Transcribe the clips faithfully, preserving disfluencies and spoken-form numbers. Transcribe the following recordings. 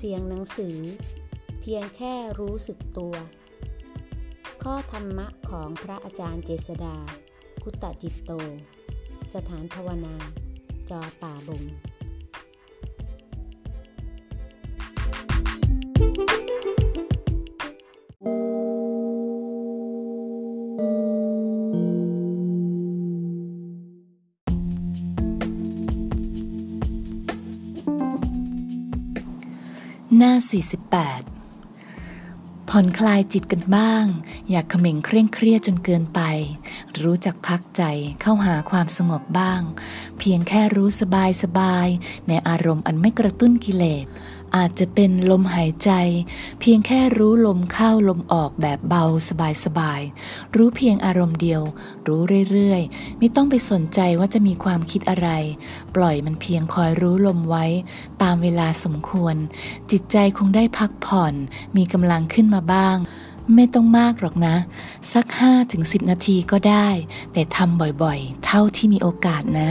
สียงหนังสือเพียงแค่รู้สึกตัวข้อธรรมะของพระอาจารย์เจษฎาคุตจิตโตสถานภาวนาจอป่าบงหน้าสี่สิบแปดผ่อนคลายจิตกันบ้างอยากเขม่งเคร่งเครียดจนเกินไปรู้จักพักใจเข้าหาความสงบบ้างเพียงแค่รู้สบายสบายในอารมณ์อันไม่กระตุ้นกิเลสอาจจะเป็นลมหายใจเพียงแค่รู้ลมเข้าลมออกแบบเบาสบายๆรู้เพียงอารมณ์เดียวรู้เรื่อยๆไม่ต้องไปสนใจว่าจะมีความคิดอะไรปล่อยมันเพียงคอยรู้ลมไว้ตามเวลาสมควรจิตใจคงได้พักผ่อนมีกำลังขึ้นมาบ้างไม่ต้องมากหรอกนะสัก ห้าถึงสิบ นาทีก็ได้แต่ทำบ่อยๆเท่าที่มีโอกาสนะ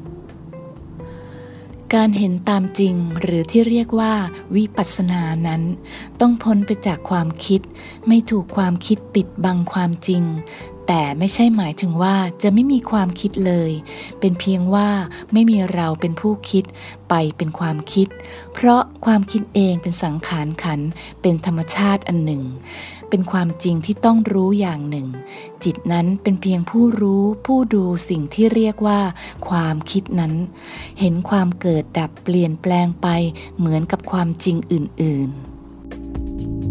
การเห็นตามจริงหรือที่เรียกว่าวิปัสสนานั้นต้องพ้นไปจากความคิดไม่ถูกความคิดปิดบังความจริงแต่ไม่ใช่หมายถึงว่าจะไม่มีความคิดเลยเป็นเพียงว่าไม่มีเราเป็นผู้คิดไปเป็นความคิดเพราะความคิดเองเป็นสังขารขันธ์เป็นธรรมชาติอันหนึ่งเป็นความจริงที่ต้องรู้อย่างหนึ่งจิตนั้นเป็นเพียงผู้รู้ผู้ดูสิ่งที่เรียกว่าความคิดนั้นเห็นความเกิดดับเปลี่ยนแปลงไปเหมือนกับความจริงอื่นๆ